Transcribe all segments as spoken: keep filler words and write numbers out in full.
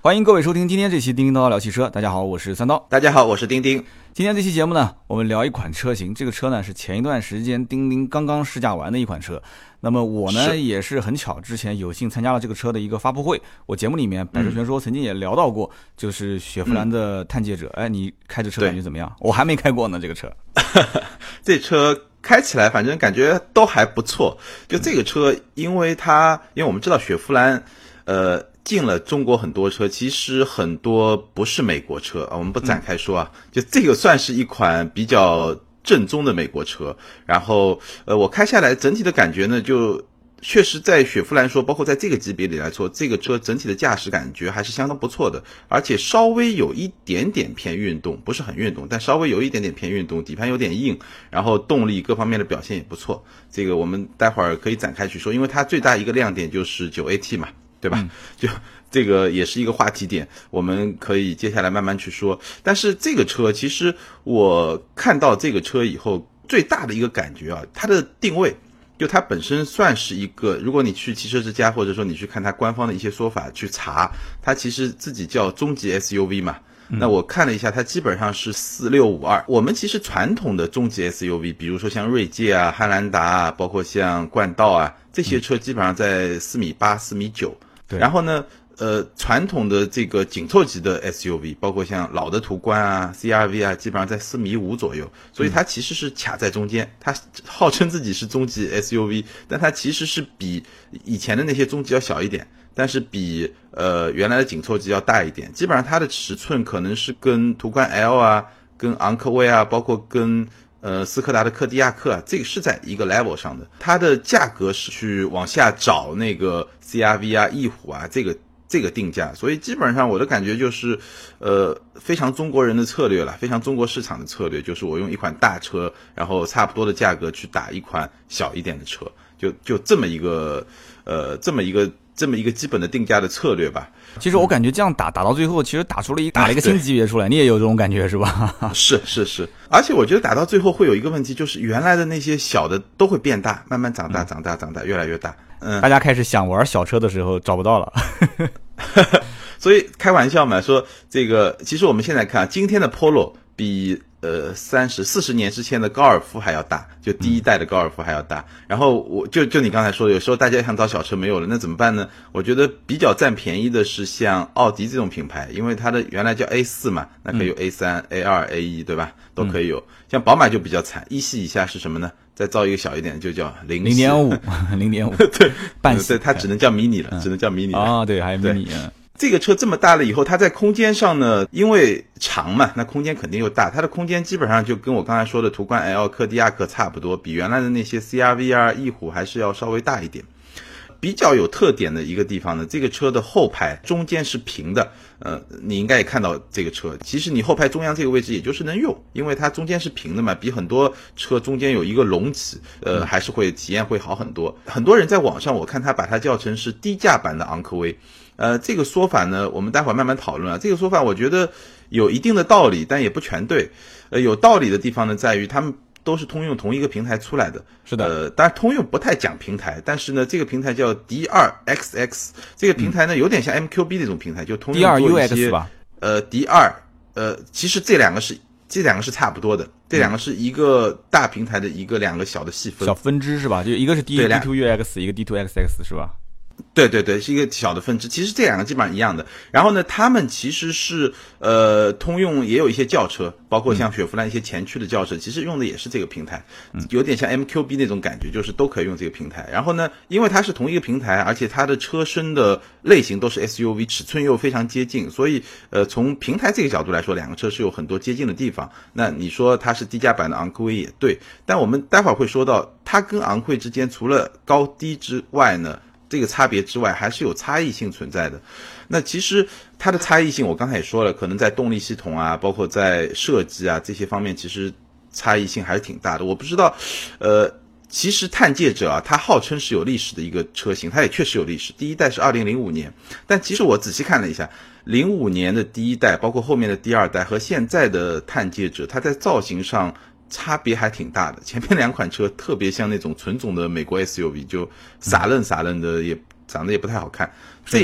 欢迎各位收听今天这期叮叮叨叨聊汽车。大家好，我是三刀。 大家好，我是丁丁。 今天这期节目呢，我们聊一款车型。这个车呢是前一段时间丁丁刚刚试驾完的一款车。那么我呢是也是很巧，之前有幸参加了这个车的一个发布会。我节目里面百车全说曾经也聊到过，就是雪佛兰的探界者。哎、嗯，你开着车感觉怎么样？我还没开过呢，这个车。 这车开起来反正感觉都还不错。就这个车，因为它，因为我们知道雪佛兰，呃。进了中国很多车，其实很多不是美国车啊，我们不展开说啊，就这个算是一款比较正宗的美国车。然后，呃，我开下来整体的感觉呢，就确实在雪佛兰说，包括在这个级别里来说，这个车整体的驾驶感觉还是相当不错的，而且稍微有一点点偏运动，不是很运动，但稍微有一点点偏运动，底盘有点硬，然后动力各方面的表现也不错。这个我们待会儿可以展开去说，因为它最大一个亮点就是 九 A T 嘛。对吧？就这个也是一个话题点，我们可以接下来慢慢去说。但是这个车其实我看到这个车以后，最大的一个感觉啊，它的定位，就它本身算是一个，如果你去汽车之家，或者说你去看它官方的一些说法去查，它其实自己叫中级 S U V 嘛。那我看了一下，它基本上是四六五二。我们其实传统的中级 S U V， 比如说像锐界啊、汉兰达啊，包括像冠道啊，这些车基本上在四米八、四米九。 对， 然后呢，呃，传统的这个紧凑级的 S U V， 包括像老的途观啊、C R V 啊，基本上在四米五左右，所以它其实是卡在中间。它号称自己是中级 S U V， 但它其实是比以前的那些中级要小一点，但是比呃原来的紧凑级要大一点。基本上它的尺寸可能是跟途观 L 啊、跟昂科威啊，包括跟呃，斯柯达的柯迪亚克啊，这个是在一个 level 上的，它的价格是去往下找那个 C R V 啊、翼虎啊，这个这个定价，所以基本上我的感觉就是，呃，非常中国人的策略了，非常中国市场的策略，就是我用一款大车，然后差不多的价格去打一款小一点的车，就就这么一个，呃，这么一个。这么一个基本的定价的策略吧。 其实我感觉这样打打到最后，其实打出了一打了一个新级别出来，你也有这种感觉是吧？ 是是是，而且我觉得打到最后会有一个问题，就是原来的那些小的都会变大，慢慢长大长大长大，越来越大。嗯， 大家开始想玩小车的时候找不到了。 所以开玩笑嘛，说这个其实我们现在看今天的 Polo 比呃三十四十年之前的高尔夫还要大，就第一代的高尔夫还要大。然后我就就你刚才说的，有时候大家想找小车没有了，那怎么办呢？我觉得比较占便宜的是像奥迪这种品牌，因为它的原来叫 A 四 嘛，那可以有 A 三、A 二、A 一，对吧？都可以有。像宝马就比较惨，一系以下是什么呢？再造一个小一点就叫零零点五，零点五， 对， 半系， 对，它只能叫迷你了，嗯、只能叫迷你了。 啊、哦，对，还有迷你。 这个车这么大了以后，它在空间上呢，因为长嘛，那空间肯定又大。它的空间基本上就跟我刚才说的途观 L、柯迪亚克差不多，比原来的那些 C R V 啊、翼虎还是要稍微大一点。比较有特点的一个地方呢，这个车的后排中间是平的，呃，你应该也看到这个车。其实你后排中央这个位置也就是能用，因为它中间是平的嘛，比很多车中间有一个隆起，呃，还是会体验会好很多。很多人在网上我看他把它叫成是低价版的昂科威。呃，这个说法呢，我们待会儿慢慢讨论啊。这个说法我觉得有一定的道理，但也不全对。呃，有道理的地方呢，在于他们都是通用同一个平台出来的。 是的。 呃，当然通用不太讲平台，但是呢，这个平台叫 D 二 X X， 这个平台呢有点像 M Q B 那种平台，就通用做一些 D 二 U X 吧。 呃 ，D 二，呃，其实这两个是这两个是差不多的，这两个是一个大平台的一个两个小的细分。 小分支是吧？就一个是 D 二 U X， 一个 D 二 X X 是吧？ 对对对，是一个小的分支。其实这两个基本上一样的。然后呢，他们其实是呃，通用也有一些轿车，包括像雪佛兰一些前驱的轿车，其实用的也是这个平台，有点像 M Q B 那种感觉，就是都可以用这个平台。然后呢，因为它是同一个平台，而且它的车身的类型都是 S U V， 尺寸又非常接近，所以呃，从平台这个角度来说，两个车是有很多接近的地方。那你说它是低价版的昂科威也对，但我们待会儿会说到，它跟昂科威之间除了高低之外呢，这个差别之外还是有差异性存在的。那其实它的差异性我刚才也说了，可能在动力系统啊，包括在设计啊这些方面，其实差异性还是挺大的。我不知道呃其实探界者啊，它号称是有历史的一个车型，它也确实有历史，第一代是二零零五年，但其实我仔细看了一下，零五年的第一代包括后面的第二代和现在的探界者，它在造型上差别还挺大的。前面两款车特别像那种纯种的美国 S U V， 就傻愣傻愣的，也长得也不太好看。这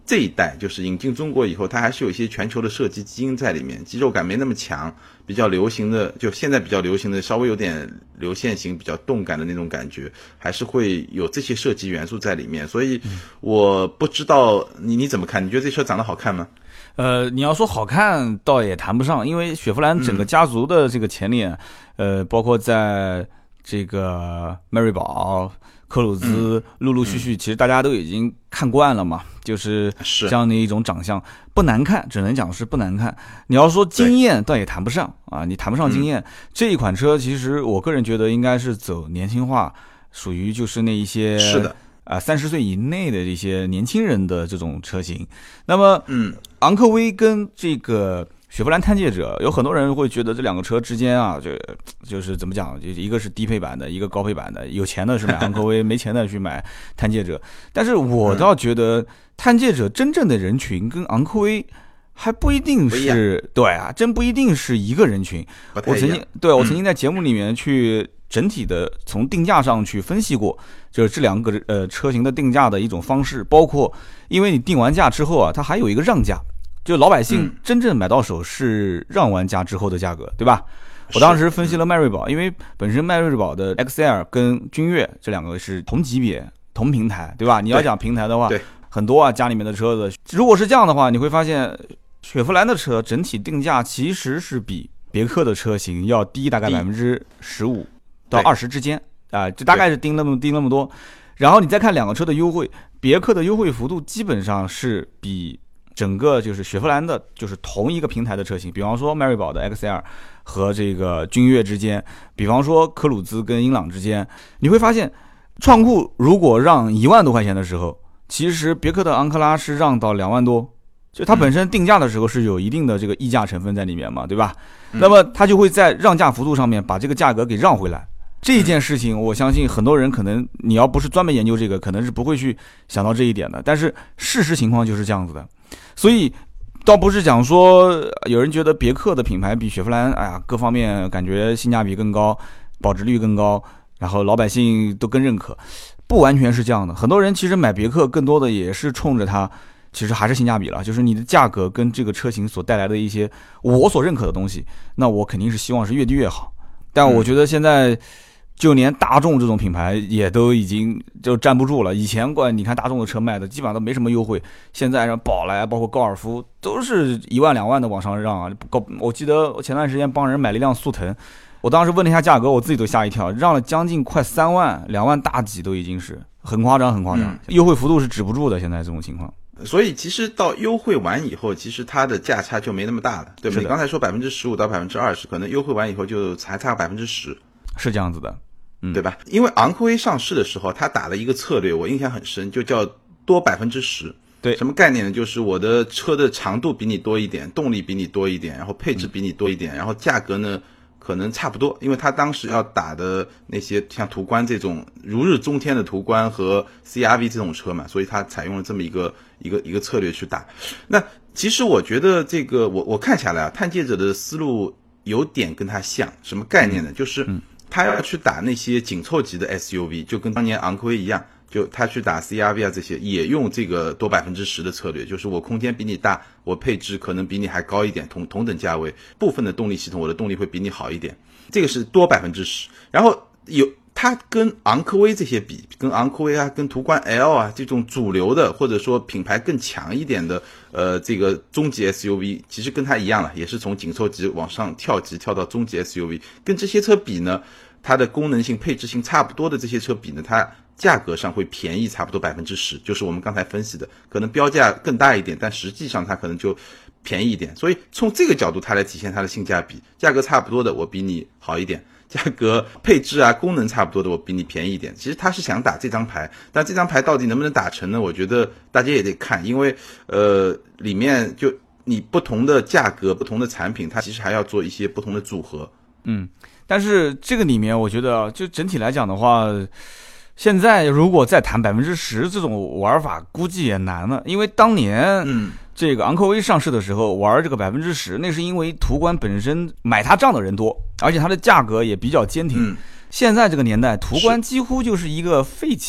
这一代就是引进中国以后，它还是有一些全球的设计基因在里面，肌肉感没那么强，比较流行的就现在比较流行的稍微有点流线型比较动感的那种感觉，还是会有这些设计元素在里面。所以我不知道你你怎么看，你觉得这车长得好看吗？ 呃，你要说好看倒也谈不上，因为雪佛兰整个家族的这个前脸，嗯、呃，包括在这个迈锐宝、科鲁兹，陆陆续续，其实大家都已经看惯了嘛，就是这样的一种长相，不难看，只能讲是不难看。你要说惊艳，倒也谈不上啊，你谈不上惊艳。这一款车，其实我个人觉得应该是走年轻化，属于就是那一些是的。 啊，三十岁以内的一些年轻人的这种车型。那么， 嗯， 昂科威跟这个雪佛兰探界者，有很多人会觉得这两个车之间啊，就就是怎么讲，就一个是低配版的，一个高配版的，有钱的是买昂科威，没钱的去买探界者。但是我倒觉得探界者真正的人群跟昂科威还不一定是，对啊，真不一定是一个人群。我曾经对我曾经在节目里面去整体的从定价上去分析过，就是这两个呃车型的定价的一种方式，包括因为你定完价之后啊，它还有一个让价，就老百姓真正买到手是让完价之后的价格，对吧？我当时分析了迈锐宝，因为本身迈锐宝的 X L 跟君越这两个是同级别同平台，对吧？你要讲平台的话，很多啊家里面的车子，如果是这样的话，你会发现雪佛兰的车整体定价其实是比别克的车型要低大概百分之十五到二十之间啊、呃，就大概是低那么低那么多。然后你再看两个车的优惠，别克的优惠幅度基本上是比整个就是雪佛兰的，就是同一个平台的车型，比方说迈锐宝的 X L 和这个君越之间，比方说科鲁兹跟英朗之间，你会发现，创酷如果让一万多块钱的时候，其实别克的昂克拉是让到两万多。就它本身定价的时候是有一定的这个溢价成分在里面嘛，对吧？ 嗯、 那么它就会在让价幅度上面把这个价格给让回来。这一件事情，我相信很多人可能你要不是专门研究这个，可能是不会去想到这一点的。但是事实情况就是这样子的，所以倒不是讲说有人觉得别克的品牌比雪佛兰，哎呀，各方面感觉性价比更高，保值率更高，然后老百姓都更认可，不完全是这样的。很多人其实买别克更多的也是冲着它。其实还是性价比了，就是你的价格跟这个车型所带来的一些我所认可的东西，那我肯定是希望是越低越好。但我觉得现在就连大众这种品牌也都已经就站不住了。以前过你看大众的车卖的基本上都没什么优惠，现在像宝来包括高尔夫都是一万两万的往上让啊。我记得我前段时间帮人买了一辆速腾，我当时问了一下价格，我自己都吓一跳，让了将近快三万，两万大几都已经是很夸张很夸张，优惠幅度是止不住的。现在这种情况。 所以其实到优惠完以后，其实它的价差就没那么大了，对不对？你刚才说百分之十五到百分之二十，可能优惠完以后就还差百分之十， 是这样子的， 嗯，对吧？因为昂科威上市的时候，它打了一个策略，我印象很深，就叫多百分之十。 对， 什么概念呢？就是我的车的长度比你多一点，动力比你多一点，然后配置比你多一点，嗯、然后价格呢可能差不多，因为它当时要打的那些像途观这种如日中天的途观和 C R V 这种车嘛，所以它采用了这么一个一个一个策略去打。那其实我觉得这个我我看下来啊，探界者的思路有点跟它像，什么概念呢？就是他要去打那些紧凑级的 S U V， 就跟当年昂科威一样。就他去打 C R V 啊这些，也用这个多百分之十的策略，就是我空间比你大，我配置可能比你还高一点，同同等价位，部分的动力系统我的动力会比你好一点，这个是多百分之十。然后有它跟昂科威这些比，跟昂科威啊，跟途观 L 啊这种主流的或者说品牌更强一点的，呃，这个中级 S U V， 其实跟它一样了，也是从紧凑级往上跳级跳到中级 S U V， 跟这些车比呢，它的功能性、配置性差不多的这些车比呢，它价格上会便宜差不多百分之十，就是我们刚才分析的，可能标价更大一点，但实际上它可能就便宜一点。所以从这个角度，它来体现它的性价比，价格差不多的我比你好一点，价格配置啊功能差不多的我比你便宜一点。其实它是想打这张牌，但这张牌到底能不能打成呢？我觉得大家也得看，因为呃里面就你不同的价格、不同的产品，它其实还要做一些不同的组合。 嗯，但是这个里面我觉得就整体来讲的话。现在如果再谈百分之十这种玩法，估计也难了，因为当年，嗯，这个昂科威上市的时候玩这个百分之十，那是因为途观本身买它账的人多，而且它的价格也比较坚挺。嗯、现在这个年代，途观几乎就是一个废弃，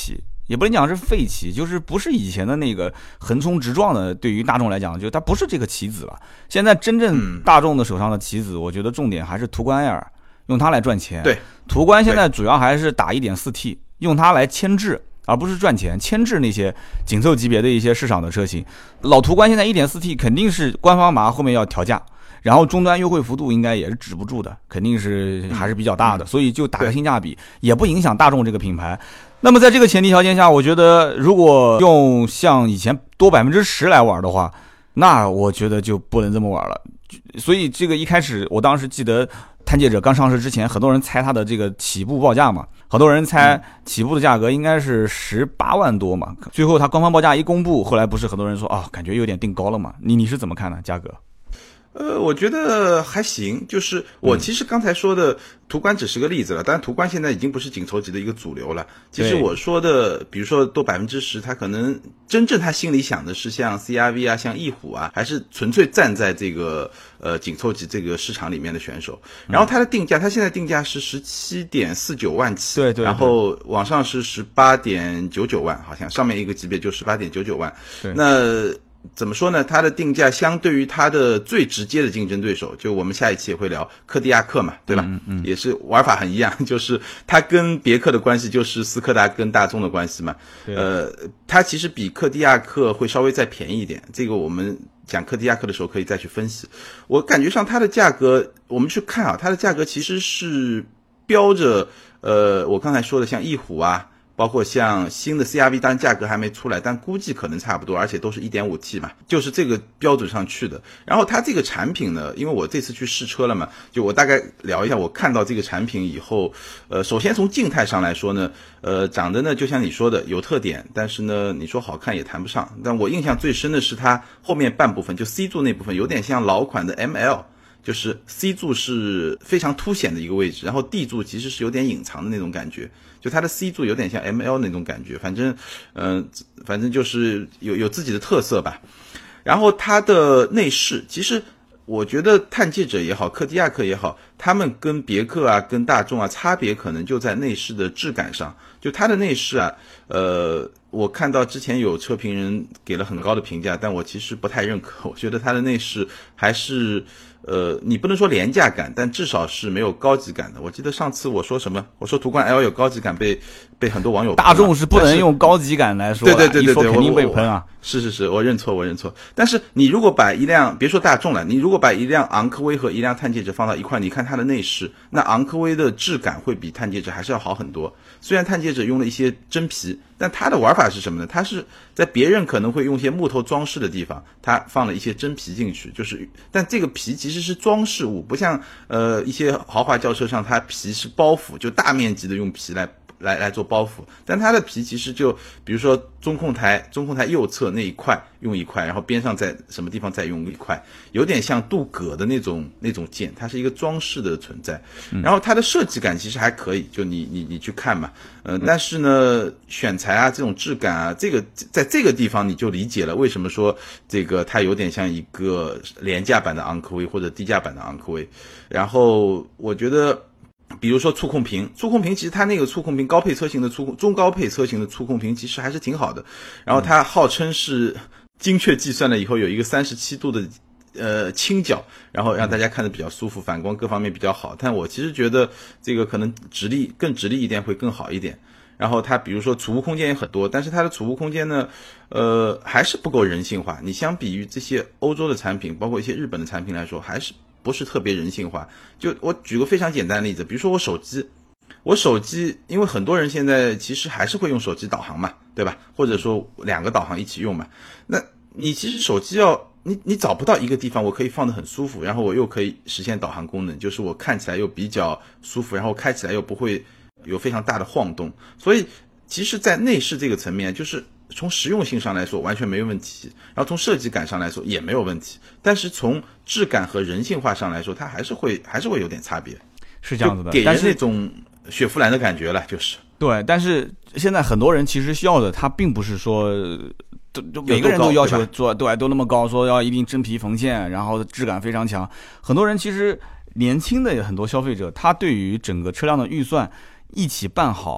也不能讲是废旗，就是不是以前的那个横冲直撞的，对于大众来讲，就它不是这个棋子了。现在真正大众的手上的棋子，我觉得重点还是途观 Air， 用它来赚钱。 对， 途观现在主要还是打 一点四 T， 用它来牵制，而不是赚钱，牵制那些紧凑级别的一些市场的车型。老途观现在 一点四 T 肯定是官方马上后面要调价，然后终端优惠幅度应该也是止不住的，肯定是还是比较大的，所以就打个性价比，也不影响大众这个品牌。那么在这个前提条件下，我觉得如果用像以前多百分之十来玩的话，那我觉得就不能这么玩了。所以这个一开始，我当时记得探界者刚上市之前，很多人猜它的这个起步报价嘛，很多人猜起步的价格应该是十八万多嘛。最后它官方报价一公布，后来不是很多人说啊、哦，感觉有点定高了嘛？你你是怎么看呢？价格？ 呃，我觉得还行，就是我其实刚才说的途观只是个例子了，当然途观现在已经不是紧凑级的一个主流了。其实我说的，比如说多百分之十，他可能真正他心里想的是像 C R V 啊，像翼虎啊，还是纯粹站在这个呃紧凑级这个市场里面的选手。然后它的定价，它现在定价是十七点四九万起， 对 对, 对， 然后网上是十八点九九万，好像上面一个级别就十八点九九万。 对， 那怎么说呢？它的定价相对于它的最直接的竞争对手，就我们下一期也会聊柯迪亚克嘛，对吧？ 嗯嗯， 也是玩法很一样，就是它跟别克的关系就是斯柯达跟大众的关系嘛。呃，它其实比柯迪亚克会稍微再便宜一点，这个我们讲柯迪亚克的时候可以再去分析。我感觉上它的价格，我们去看啊，它的价格其实是标着呃，我刚才说的像翼虎啊。包括像新的 C R V， 当然价格还没出来，但估计可能差不多，而且都是 一点五 T 嘛，就是这个标准上去的。然后它这个产品呢，因为我这次去试车了嘛，就我大概聊一下，我看到这个产品以后，呃，首先从静态上来说呢，呃，长得呢就像你说的有特点，但是呢，你说好看也谈不上。但我印象最深的是它后面半部分，就 C 柱那部分，有点像老款的 M L。就是 C 柱是非常凸显的一个位置，然后 D 柱其实是有点隐藏的那种感觉，就它的 C 柱有点像 M L 那种感觉，反正嗯、呃，反正就是有有自己的特色吧。然后它的内饰，其实我觉得探界者也好，柯迪亚克也好，他们跟别克啊、跟大众啊差别可能就在内饰的质感上。就它的内饰啊，呃，我看到之前有车评人给了很高的评价，但我其实不太认可。我觉得它的内饰还是。呃，你不能说廉价感，但至少是没有高级感的。我记得上次我说什么？我说途观 L 有高级感被，被很多网友喷。 大众是不能用高级感来说的， 对对对对对， 肯定被喷啊！ 是是是，我认错，我认错。但是你如果把一辆，别说大众了，你如果把一辆昂科威和一辆探界者放到一块，你看它的内饰，那昂科威的质感会比探界者还是要好很多。虽然探界者用了一些真皮，但它的玩法是什么呢？它是在别人可能会用一些木头装饰的地方，它放了一些真皮进去，就是，但这个皮其实是装饰物，不像呃一些豪华轿车上它皮是包覆，就大面积的用皮来。来来做包覆，但它的皮其实就比如说中控台中控台右侧那一块用一块，然后边上在什么地方再用一块，有点像镀铬的那种那种件，它是一个装饰的存在。然后它的设计感其实还可以，就你你你去看嘛，呃，但是呢选材啊这种质感啊，这个在这个地方你就理解了为什么说这个它有点像一个廉价版的昂科威或者低价版的昂科威。然后我觉得。比如说触控屏，触控屏其实它那个触控屏高配车型的触控中高配车型的触控屏其实还是挺好的，然后它号称是精确计算了以后有一个三十七度的呃倾角，然后让大家看得比较舒服，反光各方面比较好。但我其实觉得这个可能直立更直立一点会更好一点。然后它比如说储物空间也很多，但是它的储物空间呢，呃还是不够人性化。你相比于这些欧洲的产品，包括一些日本的产品来说，还是不是特别人性化。就我举个非常简单的例子，比如说我手机，我手机，因为很多人现在其实还是会用手机导航嘛，对吧？或者说两个导航一起用嘛。那你其实手机要你你找不到一个地方我可以放得很舒服，然后我又可以实现导航功能，就是我看起来又比较舒服，然后开起来又不会有非常大的晃动。所以其实在内饰这个层面，就是从实用性上来说完全没有问题，然后从设计感上来说也没有问题，但是从质感和人性化上来说，它还是会还是会有点差别， 是这样子的， 给人那种雪佛兰的感觉了，就是对。但是现在很多人其实需要的，它并不是说都都每个人都要求做对都那么高，说要一定真皮缝线，然后质感非常强。很多人其实年轻的很多消费者，他对于整个车辆的预算一起办好。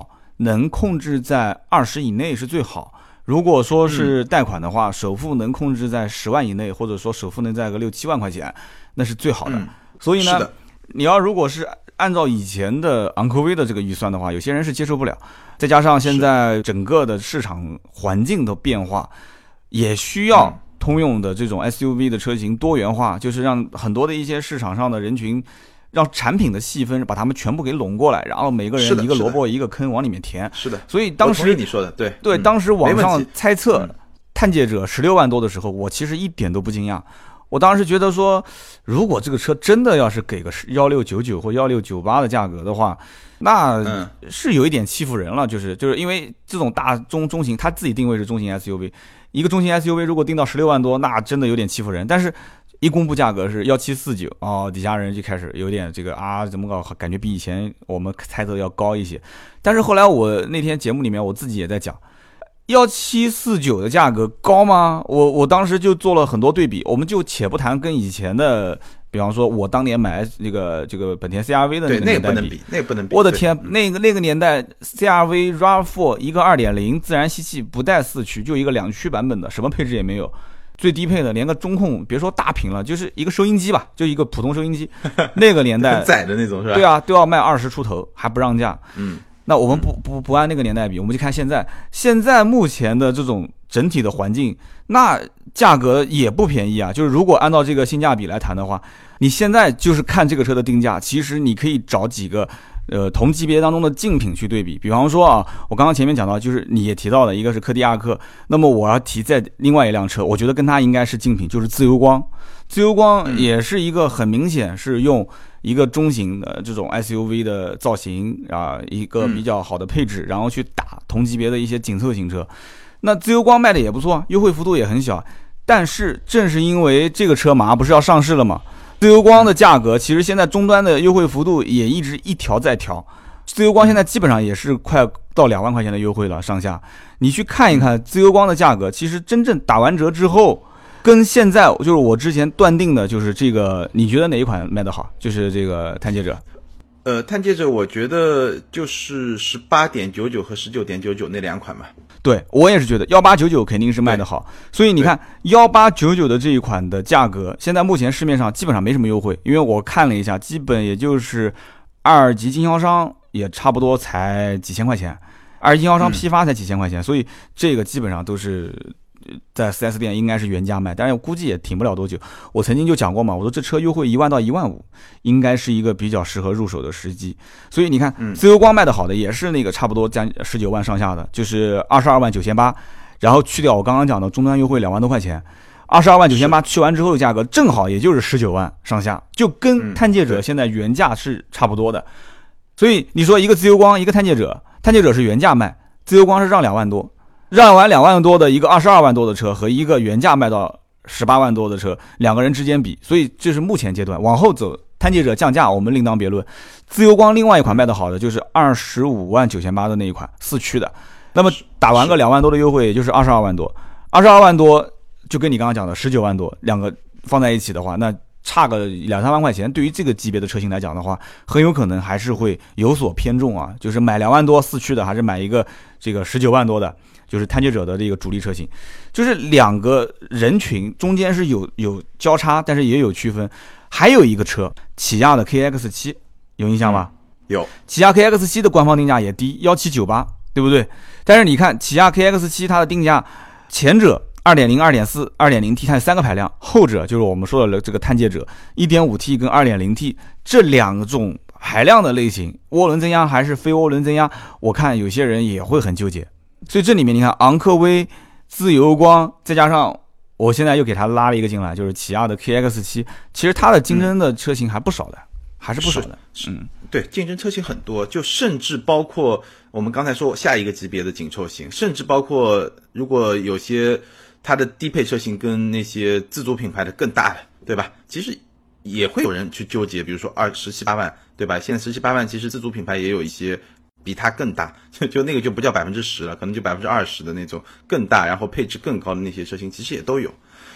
能控制在二十以内是最好。如果说是贷款的话，嗯、首付能控制在十万以内，或者说首付能在个六七万块钱，那是最好的。嗯、所以呢，你要如果是按照以前的昂科威的这个预算的话，有些人是接受不了。再加上现在整个的市场环境的变化，也需要通用的这种 S U V 的车型多元化，就是让很多的一些市场上的人群，让产品的细分把他们全部给拢过来，然后每个人一个萝卜一个坑往里面填。 是的， 所以当时你说的对对， 嗯、 当时网上猜测、 嗯、 探界者十六万多的时候，我其实一点都不惊讶。我当时觉得说，如果这个车真的要是给个一六九九或一六九八的价格的话，那是有一点欺负人了。就是就是因为这种大中中型，它自己定位是中型 S U V， 一个中型 S U V 如果定到十六万多，那真的有点欺负人。但是一公布价格是一七四九哦，底下人就开始有点这个啊，怎么搞？感觉比以前我们猜测要高一些。但是后来我那天节目里面我自己也在讲。一七四九的价格高吗？我我当时就做了很多对比，我们就且不谈跟以前的，比方说我当年买这个这个本田 C R V 的那个年代比， 那个不能比，那个不能比。 我的天，那个那个年代 C R V R A V 四 一个 二点零 自然吸气不带四驱，就一个两驱版本的，什么配置也没有，最低配的连个中控，别说大屏了，就是一个收音机吧，就一个普通收音机。那个年代很窄的那种是吧？ 对啊，都要卖二十出头，还不让价。 嗯。 那我们不不不按那个年代比，我们就看现在，现在目前的这种整体的环境，那价格也不便宜啊。就是如果按照这个性价比来谈的话，你现在就是看这个车的定价，其实你可以找几个呃同级别当中的竞品去对比。比方说啊，我刚刚前面讲到，就是你也提到的一个是科迪亚克，那么我要提在另外一辆车，我觉得跟它应该是竞品，就是自由光。自由光也是一个很明显是用一个中型的这种 S U V 的造型啊，一个比较好的配置，然后去打同级别的一些紧凑型车。那自由光卖的也不错，优惠幅度也很小。但是正是因为这个车马上不是要上市了吗？自由光的价格其实现在终端的优惠幅度也一直一调再调。自由光现在基本上也是快到两万块钱的优惠了上下。你去看一看自由光的价格，其实真正打完折之后，跟现在就是我之前断定的，就是这个，你觉得哪一款卖得好？就是这个探界者。 呃，探界者我觉得就是十八点九九和十九点九九那两款嘛。 对，我也是觉得一八九九肯定是卖得好。所以你看一八九九的这一款的价格，现在目前市面上基本上没什么优惠，因为我看了一下，基本也就是二级经销商也差不多才几千块钱，二级经销商批发才几千块钱，嗯、所以这个基本上都是。在 四 S 店应该是原价卖，但是我估计也挺不了多久。我曾经就讲过嘛，我说这车优惠一万到一万五，应该是一个比较适合入手的时机。所以你看，自由光卖的好的也是那个差不多将十九万上下的，就是二十二万九千八，然后去掉我刚刚讲的终端优惠两万多块钱，二十二万九千八去完之后的价格正好也就是十九万上下，就跟探界者现在原价是差不多的。所以你说一个自由光，一个探界者，探界者是原价卖，自由光是让两万多。让完两万多的一个二十二万多的车和一个原价卖到十八万多的车，两个人之间比，所以这是目前阶段。往后走，探界者降价我们另当别论。自由光另外一款卖的好的就是二十五万九千八的那一款四驱的，那么打完个两万多的优惠，也就是二十二万多，二十二万多就跟你刚刚讲的十九万多，两个放在一起的话，那差个两三万块钱，对于这个级别的车型来讲的话，很有可能还是会有所偏重啊。就是买两万多四驱的，还是买一个这个十九万多的。就是探界者的这个主力车型，就是两个人群中间是有有交叉，但是也有区分。还有一个车，起亚的 K X 七 有印象吗？ 有。 起亚 K X 七 的官方定价也低，一七九八，对不对？但是你看起亚 K X 七 它的定价，前者 二点零、二点四、二点零 T 它三个排量，后者就是我们说的这个探界者 一点五 T 跟 二点零 T 这两种排量的类型，涡轮增压还是非涡轮增压，我看有些人也会很纠结。所以这里面你看昂科威、自由光，再加上我现在又给它拉了一个进来，就是起亚的 K X 七， 其实它的竞争的车型还不少的，嗯、还是不少的。嗯， 对，竞争车型很多，就甚至包括我们刚才说下一个级别的紧凑型，甚至包括如果有些它的低配车型跟那些自主品牌的更大的，对吧？其实也会有人去纠结，比如说二十七八万，对吧？现在十七八万，其实自主品牌也有一些。比它更大，就就那个就不叫百分之十了，可能就百分之二十的那种更大，然后配置更高的那些车型，其实也都有。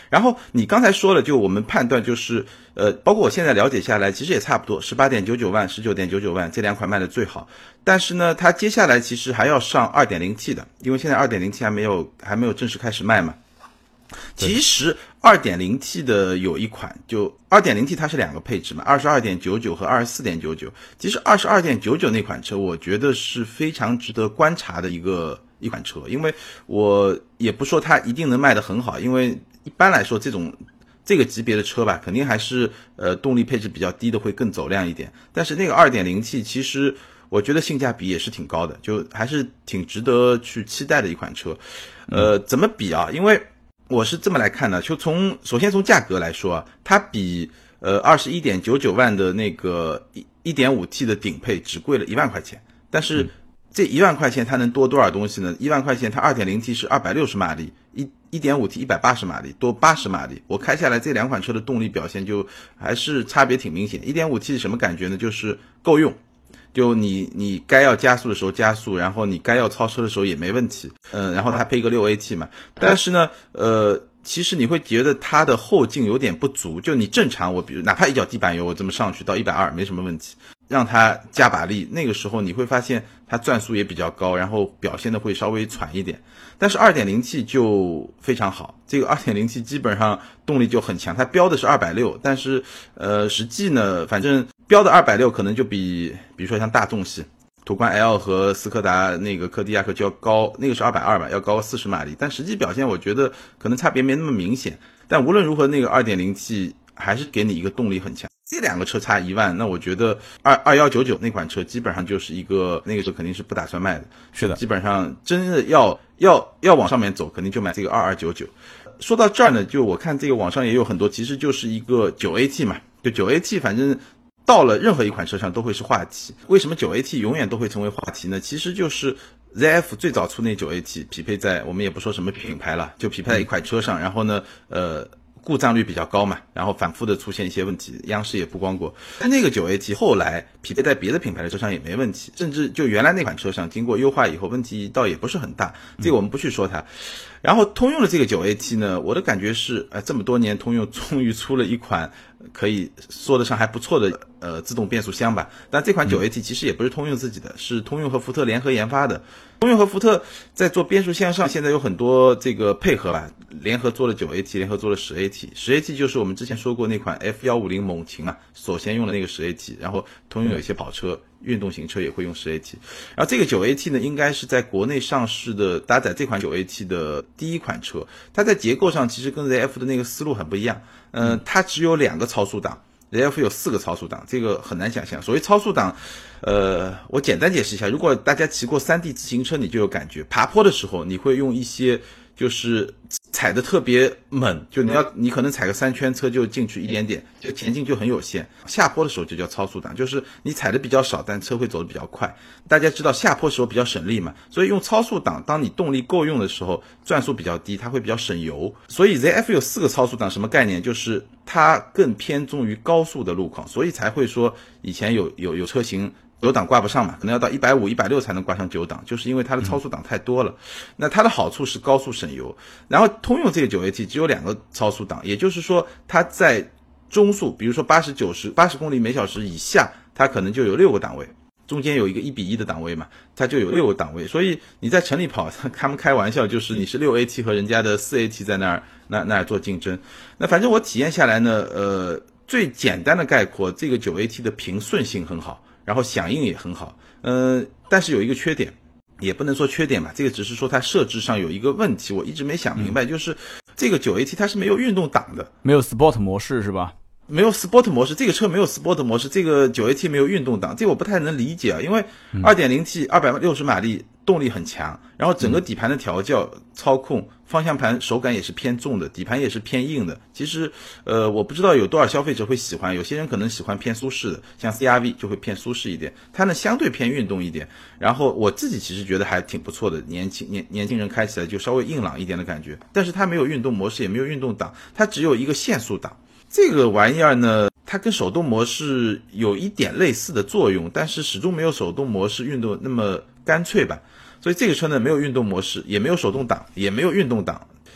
然后你刚才说了，就我们判断就是，呃，包括我现在了解下来，其实也差不多，十八点九九万、十九点九九万这两款卖的最好。但是呢，它接下来其实还要上 二点零 T 的，因为现在 二点零 T 还没有还没有正式开始卖嘛。其实 二点零 T 的有一款，就 二点零 T 它是两个配置嘛， 二十二点九九 和 二十四点九九。其实 二十二点九九 那款车我觉得是非常值得观察的一个一款车，因为我也不说它一定能卖得很好，因为一般来说这种这个级别的车吧，肯定还是呃动力配置比较低的会更走量一点。但是那个 二点零 T 其实我觉得性价比也是挺高的，就还是挺值得去期待的一款车。呃，怎么比啊？因为我是这么来看的，就从首先从价格来说啊，它比呃 二十一点九九万的那个 一点五 T 的顶配只贵了一万块钱，但是这一万块钱它能多多少东西呢？一万块钱它 二点零 T 是二百六十马力，一 一点五 T 一百八十马力，多八十马力。我开下来这两款车的动力表现就还是差别挺明显。一点五 T 是什么感觉呢？就是够用。就你你该要加速的时候加速，然后你该要超车的时候也没问题，嗯，然后它配个 六 A T 嘛，但是呢，呃，其实你会觉得它的后劲有点不足，就你正常我比如哪怕一脚地板油我这么上去到一百二十没什么问题，让它加把力，那个时候你会发现它转速也比较高，然后表现的会稍微喘一点。但是 二点零 T 就非常好，这个 二点零 T 基本上动力就很强，它标的是二百六十，但是呃实际呢，反正标的二百六十可能就比比如说像大众系途观 L 和斯柯达那个柯迪亚克就要高，那个是二百二十吧，要高四十马力，但实际表现我觉得可能差别没那么明显。但无论如何，那个 二点零 T 还是给你一个动力很强。这两个车差一万，那我觉得二二一九九那款车基本上就是一个那个车肯定是不打算卖的， 是的， 基本上真的要要要往上面走，肯定就买这个二二九九。说到这儿呢，就我看这个网上也有很多，其实就是一个 九 A T 嘛，就 九 A T 反正到了任何一款车上都会是话题。为什么 九 A T 永远都会成为话题呢？其实就是 Z F 最早出那 九 A T 匹配在我们也不说什么品牌了，就匹配在一款车上，然后呢呃故障率比较高嘛，然后反复的出现一些问题，央视也曝光过。但那个 九 A T 后来匹配在别的品牌的车上也没问题，甚至就原来那款车上经过优化以后问题倒也不是很大，这个我们不去说它。然后通用的这个 九 A T 呢，我的感觉是呃这么多年通用终于出了一款可以说得上还不错的呃自动变速箱吧。但这款 九 A T 其实也不是通用自己的，是通用和福特联合研发的。通用和福特在做变速箱上现在有很多这个配合吧，联合做了 九 A T， 联合做了 十 A T。十 A T 就是我们之前说过那款 F 一五零 猛禽啊，首先用了那个 十 A T， 然后通用有一些跑车运动型车也会用 十 A T。 然后这个 九 A T 呢应该是在国内上市的搭载这款 九 A T 的第一款车，它在结构上其实跟 Z F 的那个思路很不一样。嗯、呃，它只有两个超速档，Z F 有四个超速档，这个很难想象。所谓超速档，呃，我简单解释一下，如果大家骑过 三 D 自行车你就有感觉，爬坡的时候你会用一些就是踩得特别猛，就你要你可能踩个三圈车就进去一点点，就前进就很有限。下坡的时候就叫超速档，就是你踩的比较少，但车会走得比较快。大家知道下坡的时候比较省力嘛，所以用超速档，当你动力够用的时候，转速比较低，它会比较省油。所以 Z F 有四个超速档，什么概念？就是它更偏重于高速的路况，所以才会说以前有有有车型九档挂不上嘛，可能要到一百五十、一百六十才能挂上九档，就是因为它的超速档太多了。那它的好处是高速省油。然后通用这个 九 A T 只有两个超速档，也就是说它在中速，比如说八十、九十、八十公里每小时以下，它可能就有六个档位，中间有一个一比一的档位嘛，它就有六个档位。所以你在城里跑，他们开玩笑就是你是六 A T 和人家的四 A T 在那儿那那儿做竞争。那反正我体验下来呢，呃，最简单的概括，这个 九 A T 的平顺性很好，然后响应也很好，呃，但是有一个缺点，也不能说缺点吧，这个只是说它设置上有一个问题，我一直没想明白，嗯、就是这个 九 A T 它是没有运动档的， 没有 Sport 模式是吧？ 没有 Sport 模式，这个车没有 Sport 模式，这个 九 A T 没有运动档，这个我不太能理解啊，因为 二点零 T 二百六十马力动力很强，然后整个底盘的调教、操控、方向盘手感也是偏重的，底盘也是偏硬的。其实呃我不知道有多少消费者会喜欢，有些人可能喜欢偏舒适的，像 C R V 就会偏舒适一点，它呢相对偏运动一点。然后我自己其实觉得还挺不错的，年轻年年轻人开起来就稍微硬朗一点的感觉。但是它没有运动模式，也没有运动档，它只有一个限速档。这个玩意儿呢，它跟手动模式有一点类似的作用，但是始终没有手动模式运动那么干脆吧。所以这个车呢，没有运动模式，也没有手动挡，也没有运动挡。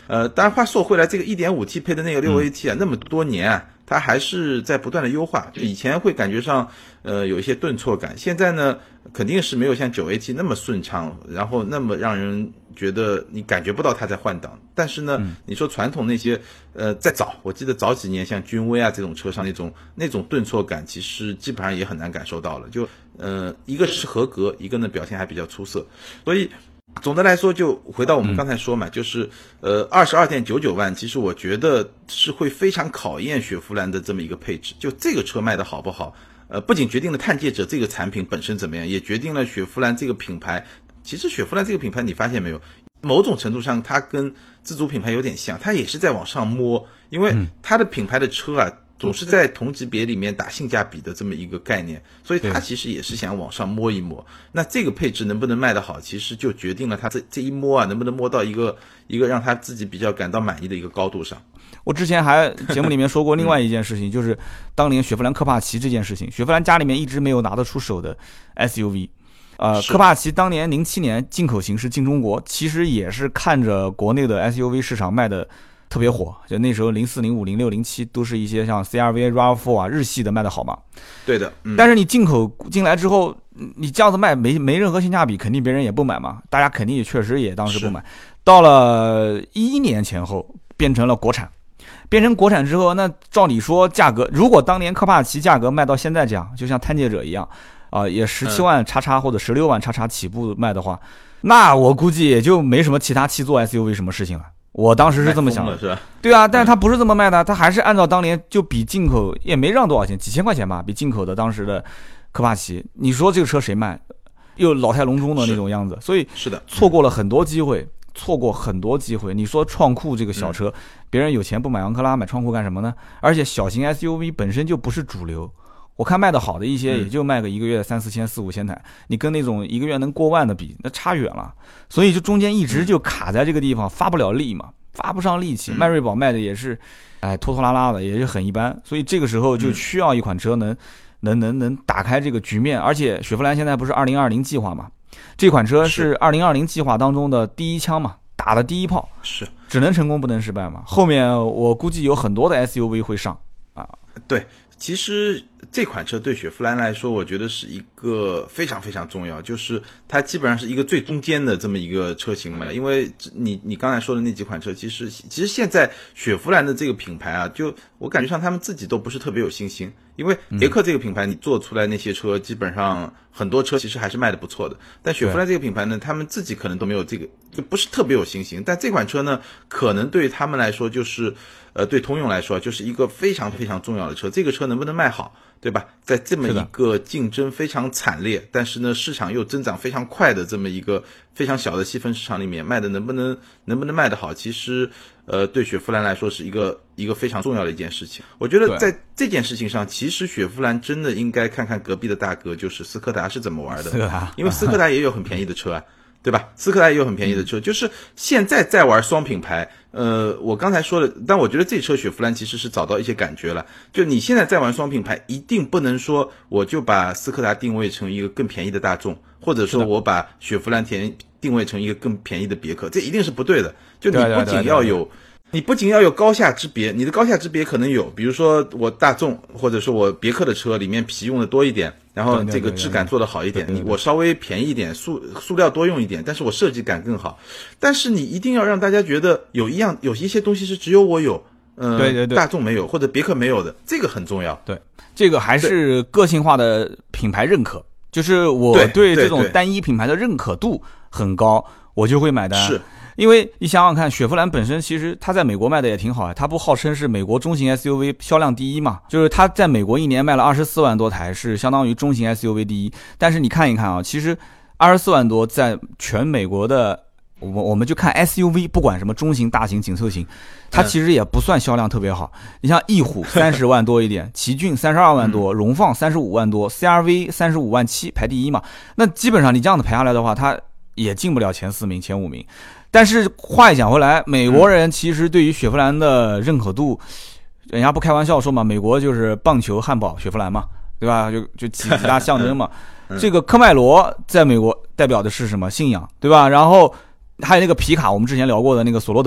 呃，当然话说回来，这个 一点五 T 配的那个 六 A T 啊，嗯、那么多年啊，它还是在不断的优化。就以前会感觉上呃有一些顿挫感，现在呢肯定是没有像 九 A T 那么顺畅，然后那么让人觉得你感觉不到它在换挡。但是呢，嗯、你说传统那些呃再早，我记得早几年像君威啊这种车上那种那种顿挫感，其实基本上也很难感受到了。就呃一个是合格，一个呢表现还比较出色，所以。总的来说，就回到我们刚才说嘛，嗯、就是呃，二十二点九九万，其实我觉得是会非常考验雪佛兰的这么一个配置。就这个车卖的好不好，呃，不仅决定了探界者这个产品本身怎么样，也决定了雪佛兰这个品牌。其实雪佛兰这个品牌，你发现没有，某种程度上它跟自主品牌有点像，它也是在往上摸，因为它的品牌的车啊。总是在同级别里面打性价比的这么一个概念，所以它其实也是想往上摸一摸。那这个配置能不能卖得好，其实就决定了它这这一摸啊，能不能摸到一个一个让他自己比较感到满意的一个高度上。 我之前还节目里面说过另外一件事情，就是当年雪佛兰科帕奇这件事情，雪佛兰家里面一直没有拿得出手的 S U V。呃，科帕奇当年零七年进口形式进中国，其实也是看着国内的 S U V 市场卖的。特别火，就那时候零四、零五、零六、零七都是一些像 C R V、R A V 四 啊日系的卖的好嘛。 对的，嗯、 但是你进口进来之后，你这样子卖没没任何性价比，肯定别人也不买嘛。大家肯定也确实也当时不买。到了一一年前后，变成了国产，变成国产之后，那照理说价格，如果当年科帕奇价格卖到现在这样，就像探界者一样，啊、呃，也十七万叉叉或者十六万叉叉起步卖的话，那我估计也就没什么其他七座 S U V 什么事情了。我当时是这么想的， 是吧？ 对啊，但是他不是这么卖的，他还是按照当年就比进口也没让多少钱，几千块钱吧，比进口的当时的科帕奇，你说这个车谁卖？又老态龙钟的那种样子，所以是的， 错过了很多机会，错过很多机会。你说创酷这个小车，嗯、别人有钱不买昂克拉，买创酷干什么呢？而且小型 S U V 本身就不是主流。我看卖的好的一些，也就卖个一个月三四千、四五千台，你跟那种一个月能过万的比，那差远了。所以就中间一直就卡在这个地方，发不了力嘛，发不上力气。迈锐宝卖的也是，哎，拖拖拉拉的，也是很一般。所以这个时候就需要一款车能，能能能打开这个局面。而且雪佛兰现在不是二零二零计划嘛，这款车是二零二零计划当中的第一枪嘛，打的第一炮， 是只能成功不能失败嘛。后面我估计有很多的 S U V 会上啊， 对。其实这款车对雪佛兰来说，我觉得是一个非常非常重要，就是它基本上是一个最中间的这么一个车型嘛。因为你你刚才说的那几款车，其实其实现在雪佛兰的这个品牌啊，就我感觉上他们自己都不是特别有信心。因为别克这个品牌，你做出来那些车，基本上很多车其实还是卖的不错的。但雪佛兰这个品牌呢，他们自己可能都没有这个，就不是特别有信心。但这款车呢，可能对他们来说就是。呃，对通用来说，就是一个非常非常重要的车。这个车能不能卖好，对吧？在这么一个竞争非常惨烈，但是呢，市场又增长非常快的这么一个非常小的细分市场里面，卖的能不能能不能卖得好，其实呃，对雪佛兰来说是一个一个非常重要的一件事情。我觉得在这件事情上，其实雪佛兰真的应该看看隔壁的大哥，就是斯柯达是怎么玩的。因为斯柯达也有很便宜的车啊。对吧？斯柯达也有很便宜的车，就是现在在玩双品牌。呃，我刚才说的，但我觉得这车雪佛兰其实是找到一些感觉了。就你现在在玩双品牌，一定不能说我就把斯柯达定位成一个更便宜的大众，或者说我把雪佛兰田定位成一个更便宜的别克，这一定是不对的。就你不仅要有。你不仅要有高下之别，你的高下之别可能有，比如说我大众或者说我别克的车里面皮用的多一点，然后这个质感做得好一点，你我稍微便宜一点，塑塑料多用一点，但是我设计感更好。但是你一定要让大家觉得有一样有一些东西是只有我有，呃， 对对对， 大众没有或者别克没有的，这个很重要。 对，这个还是个性化的品牌认可，就是我对这种单一品牌的认可度很高，我就会买单。 是。 因为你想想看，雪佛兰本身其实它在美国卖的也挺好啊，它不号称是美国中型 S U V 销量第一嘛？就是它在美国一年卖了二十四万多台，是相当于中型 S U V 第一。但是你看一看啊，其实二十四万多在全美国的，我我们就看 S U V， 不管什么中型、大型、紧凑型，它其实也不算销量特别好。你像翼虎三十万多一点，奇骏三十二万多，荣放三十五万多 ，C R V 三十五万七排第一嘛。那基本上你这样子排下来的话，它也进不了前四名、前五名。但是话一讲回来，美国人其实对于雪佛兰的认可度，人家不开玩笑说嘛，美国就是棒球、汉堡、雪佛兰嘛，对吧？就就几几大象征嘛。这个科迈罗在美国代表的是什么信仰，对吧？然后还有那个皮卡，我们之前聊过的那个索罗德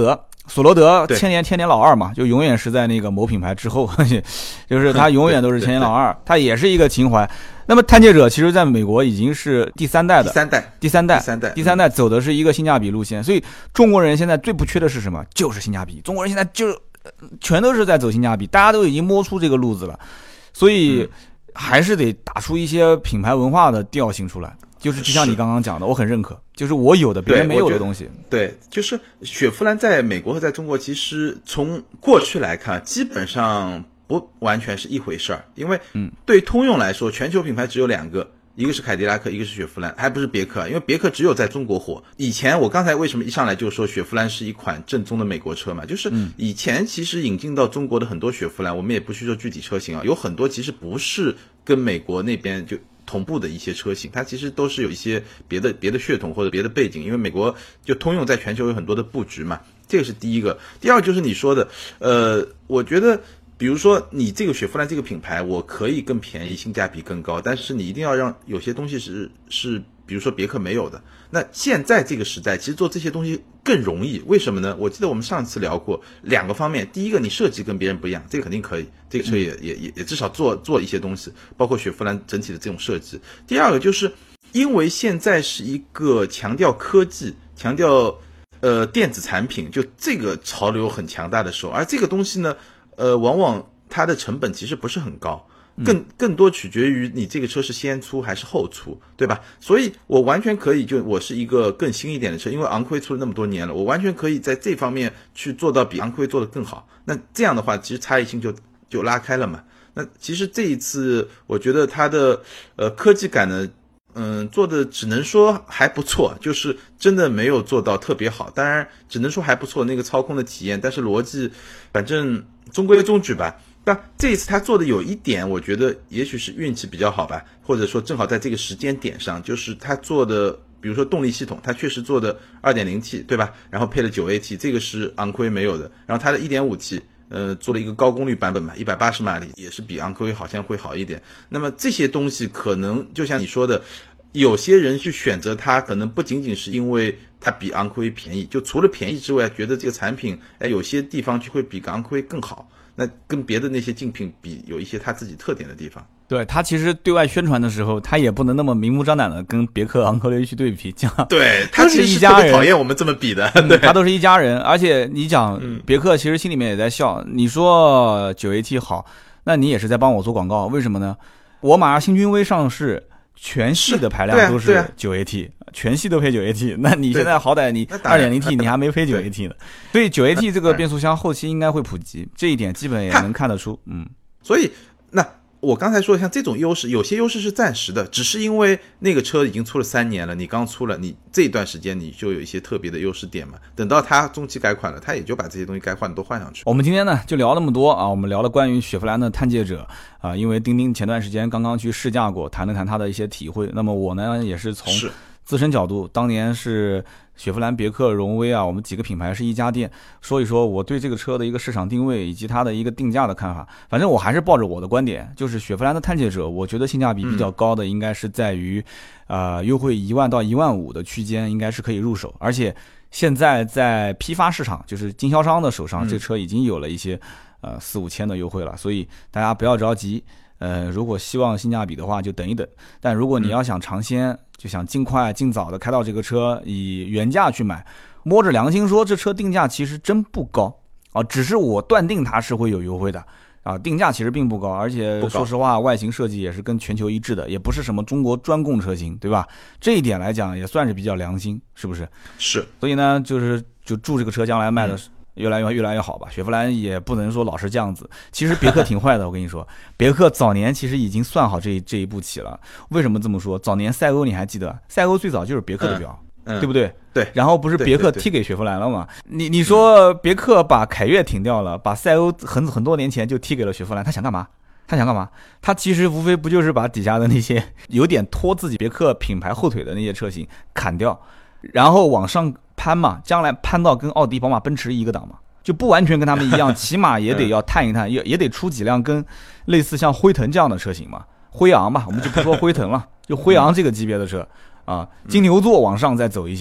索罗德千年千年老二嘛，就永远是在那个某品牌之后，就是他永远都是千年老二，他也是一个情怀。那么探界者其实在美国已经是第三代的， 第三代， 第三代， 第三代， 第三代走的是一个性价比路线，所以中国人现在最不缺的是什么？就是性价比。中国人现在就全都是在走性价比，大家都已经摸出这个路子了，所以还是得打出一些品牌文化的调性出来。就是就像你刚刚讲的，我很认可，就是我有的别人没有的东西。 对，就是雪佛兰在美国和在中国，其实从过去来看，基本上不完全是一回事儿。因为对通用来说，全球品牌只有两个，一个是凯迪拉克，一个是雪佛兰，还不是别克。因为别克只有在中国火。以前我刚才为什么一上来就说雪佛兰是一款正宗的美国车嘛？就是以前其实引进到中国的很多雪佛兰，我们也不去说具体车型啊，有很多其实不是跟美国那边就同步的一些车型，它其实都是有一些别的别的血统或者别的背景，因为美国就通用在全球有很多的布局嘛，这个是第一个。第二就是你说的，呃，我觉得比如说你这个雪佛兰这个品牌，我可以更便宜，性价比更高，但是你一定要让有些东西是是比如说别克没有的。那现在这个时代其实做这些东西更容易，为什么呢？我记得我们上次聊过两个方面，第一个你设计跟别人不一样，这个肯定可以，这个车也也也也至少做做一些东西，包括雪佛兰整体的这种设计。第二个就是因为现在是一个强调科技、强调呃电子产品，就这个潮流很强大的时候，而这个东西呢，呃，往往它的成本其实不是很高。更更多取决于你这个车是先出还是后出，对吧？所以我完全可以，就我是一个更新一点的车，因为昂科威出了那么多年了，我完全可以在这方面去做到比昂科威做得更好。那这样的话，其实差异性就就拉开了嘛。那其实这一次，我觉得它的呃科技感呢，嗯，做的只能说还不错，就是真的没有做到特别好。当然，只能说还不错，那个操控的体验，但是逻辑，反正中规中矩吧。那这一次他做的有一点，我觉得也许是运气比较好吧，或者说正好在这个时间点上，就是他做的，比如说动力系统，他确实做的 二点零 T， 对吧？然后配了 九 A T， 这个是昂科威没有的。然后他的 一点五 T， 呃，做了一个高功率版本嘛，一百八十马力，也是比昂科威好像会好一点。那么这些东西可能就像你说的，有些人去选择它，可能不仅仅是因为它比昂科威便宜，就除了便宜之外，觉得这个产品，哎，有些地方就会比昂科威更好。那跟别的那些竞品比，有一些它自己特点的地方。 对，他其实对外宣传的时候，他也不能那么明目张胆的跟别克昂科威去对比，这样对他其实特别讨厌我们这么比的，对， 他都是一家人。而且你讲别克，其实心里面也在笑。嗯、你说九 A T 好，那你也是在帮我做广告，为什么呢？我马上新君威上市，全系的排量都是九 A T，、啊啊、全系都配九 A T， 那你现在好歹你 二点零 T 你还没配九 A T 呢，所以九 A T 这个变速箱后期应该会普及，这一点基本也能看得出。嗯， 所以那我刚才说的像这种优势，有些优势是暂时的，只是因为那个车已经出了三年了，你刚出了，你这一段时间你就有一些特别的优势点嘛。等到它中期改款了，它也就把这些东西该换的都换上去。 我们今天呢就聊那么多啊，我们聊了关于雪佛兰的探界者啊，因为丁丁前段时间刚刚去试驾过，谈了谈他的一些体会。那么我呢也是从自身角度，当年是雪佛兰、别克、荣威啊，我们几个品牌是一家店，说一说我对这个车的一个市场定位以及它的一个定价的看法。反正我还是抱着我的观点，就是雪佛兰的探界者，我觉得性价比比较高的应该是在于，呃，优惠一万到一万五的区间应该是可以入手，而且现在在批发市场，就是经销商的手上，这车已经有了一些呃四五千的优惠了，所以大家不要着急。呃，如果希望性价比的话，就等一等。但如果你要想尝鲜，就想尽快尽早的开到这个车，以原价去买，摸着良心说，这车定价其实真不高啊，只是我断定它是会有优惠的啊，定价其实并不高，而且说实话，外形设计也是跟全球一致的，也不是什么中国专供车型，对吧？这一点来讲也算是比较良心，是不是？ 是。 所以呢，就是就祝这个车将来卖的越来越越来越好吧。雪佛兰也不能说老是这样子，其实别克挺坏的，我跟你说，别克早年其实已经算好这这一步棋了。为什么这么说？早年赛欧你还记得？赛欧最早就是别克的标。嗯，对不对？ 对， 然后不是别克踢给雪佛兰了吗？你你说别克把凯越停掉了，把赛欧很很多年前就踢给了雪佛兰，他想干嘛？他想干嘛？他其实无非不就是把底下的那些有点拖自己别克品牌后腿的那些车型砍掉，然后往上攀嘛，将来攀到跟奥迪、宝马、奔驰一个档嘛，就不完全跟他们一样，起码也得要探一探，也也得出几辆跟类似像辉腾这样的车型嘛，辉昂吧，我们就不说辉腾了，就辉昂这个级别的车。啊，金牛座往上再走一些，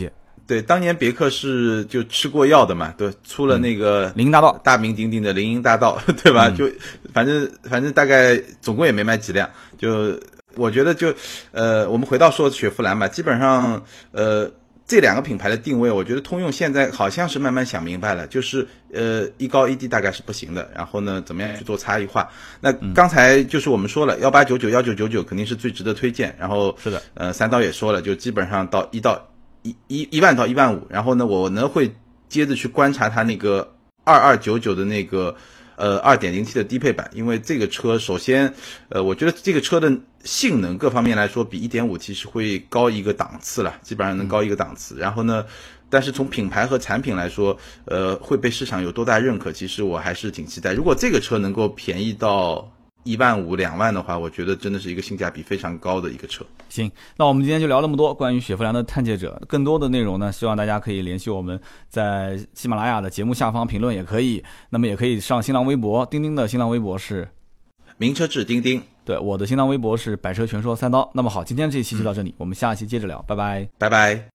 对，当年别克是就吃过药的嘛，对，出了那个林荫大道， 大名鼎鼎的林荫大道，对吧？ 嗯、 就反正反正大概总共也没卖几辆，就我觉得就呃，我们回到说雪佛兰吧，基本上呃。这两个品牌的定位，我觉得通用现在好像是慢慢想明白了，就是呃一高一低大概是不行的，然后呢怎么样去做差异化？那刚才就是我们说了，幺八九九、幺九九九肯定是最值得推荐，然后是的， 呃三刀也说了，就基本上到一到一一一万到一万五，然后呢我呢会接着去观察它那个二二九九的那个呃 二点零 T 的低配版，因为这个车首先呃我觉得这个车的性能各方面来说比 一点五 T 是会高一个档次了，基本上能高一个档次。然后呢，但是从品牌和产品来说，呃，会被市场有多大认可，其实我还是挺期待。如果这个车能够便宜到一万五、两万的话，我觉得真的是一个性价比非常高的一个车。 行，那我们今天就聊那么多关于雪佛兰的探界者，更多的内容呢，希望大家可以联系我们，在喜马拉雅的节目下方评论也可以，那么也可以上新浪微博，钉钉的新浪微博是名车志钉钉。 对，我的新浪微博是百车全说三刀。那么好，今天这一期就到这里，嗯、我们下期接着聊，拜拜， 拜拜。